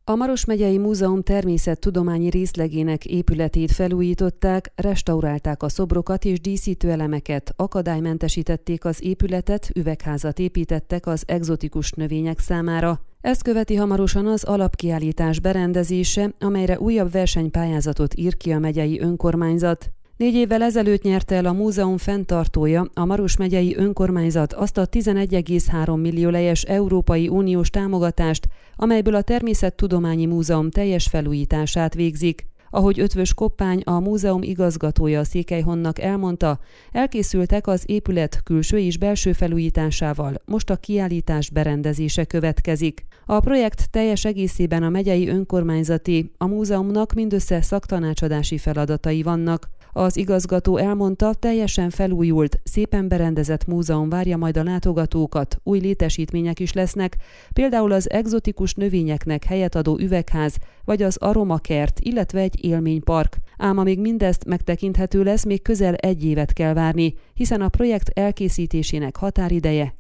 A Maros megyei Múzeum természettudományi részlegének épületét felújították, restaurálták a szobrokat és díszítőelemeket, akadálymentesítették az épületet, üvegházat építettek az egzotikus növények számára. Ezt követi hamarosan az alapkiállítás berendezése, amelyre újabb versenypályázatot ír ki a megyei önkormányzat. 4 évvel ezelőtt nyerte el a múzeum fenntartója, a Maros megyei önkormányzat azt a 11,3 millió lejes Európai Uniós támogatást, amelyből a Természettudományi Múzeum teljes felújítását végzik. Ahogy Ötvös Koppány, a múzeum igazgatója a Székelyhonnak elmondta, elkészültek az épület külső és belső felújításával, most a kiállítás berendezése következik. A projekt teljes egészében a megyei önkormányzati, a múzeumnak mindössze szaktanácsadási feladatai vannak. Az igazgató elmondta, teljesen felújult, szépen berendezett múzeum várja majd a látogatókat, új létesítmények is lesznek, például az egzotikus növényeknek helyet adó üvegház, vagy az aromakert, illetve egy élménypark. Ám amíg mindezt megtekinthető lesz, még közel 1 évet kell várni, hiszen a projekt elkészítésének határideje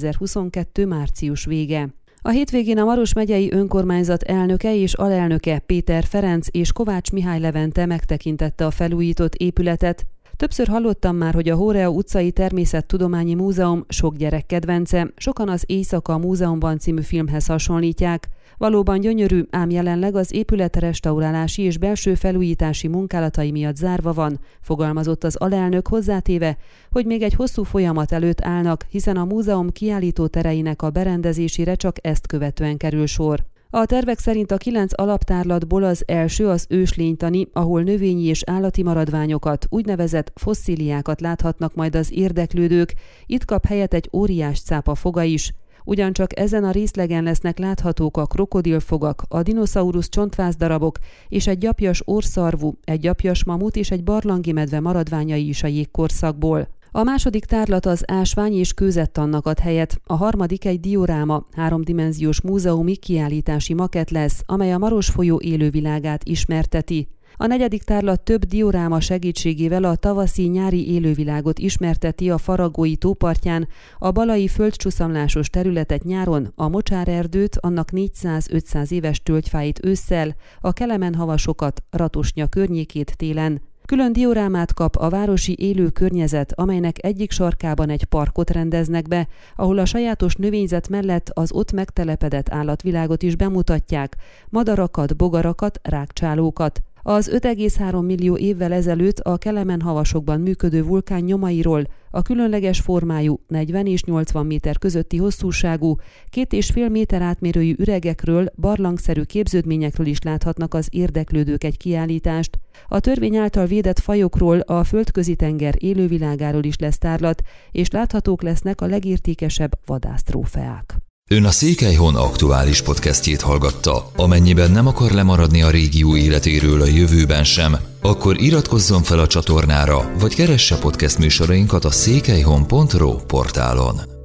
2022. március vége. A hétvégén a Maros megyei önkormányzat elnöke és alelnöke Péter Ferenc és Kovács Mihály Levente megtekintette a felújított épületet. Többször hallottam már, hogy a Hórea utcai Természettudományi Múzeum sok gyerek kedvence, sokan az Éjszaka a múzeumban című filmhez hasonlítják. Valóban gyönyörű, ám jelenleg az épület restaurálási és belső felújítási munkálatai miatt zárva van, fogalmazott az alelnök, hozzátéve, hogy még egy hosszú folyamat előtt állnak, hiszen a múzeum kiállító tereinek a berendezésére csak ezt követően kerül sor. A tervek szerint a 9 alaptárlatból az első az őslénytani, ahol növényi és állati maradványokat, úgynevezett fosszíliákat láthatnak majd az érdeklődők, itt kap helyet egy óriás cápa foga is. Ugyancsak ezen a részlegen lesznek láthatók a krokodilfogak, a dinoszaurusz csontvászdarabok és egy gyapjas orrszarvú, egy gyapjas mamut és egy barlangi medve maradványai is a jégkorszakból. A második tárlat az ásvány és kőzettannak ad helyet, a harmadik egy dioráma, 3-dimenziós múzeumi kiállítási makett lesz, amely a Maros folyó élővilágát ismerteti. A negyedik tárlat több dioráma segítségével a tavaszi-nyári élővilágot ismerteti a Faragói tópartján, a balai földcsuszamlásos területet nyáron, a mocsárerdőt, annak 400-500 éves tölgyfáit ősszel, a Kelemen-havasokat, Ratosnya környékét télen. Külön diorámát kap a városi élő környezet, amelynek egyik sarkában egy parkot rendeznek be, ahol a sajátos növényzet mellett az ott megtelepedett állatvilágot is bemutatják, madarakat, bogarakat, rágcsálókat. Az 5,3 millió évvel ezelőtt a Kelemen-havasokban működő vulkán nyomairól, a különleges formájú, 40 és 80 méter közötti hosszúságú, 2,5 méter átmérőjű üregekről, barlangszerű képződményekről is láthatnak az érdeklődők egy kiállítást. A törvény által védett fajokról, a Földközi-tenger élővilágáról is lesz tárlat, és láthatók lesznek a legértékesebb vadásztrófeák. Ön a Székelyhon aktuális podcastjét hallgatta. Amennyiben nem akar lemaradni a régió életéről a jövőben sem, akkor iratkozzon fel a csatornára, vagy keresse podcast műsorainkat a székelyhon.ro portálon.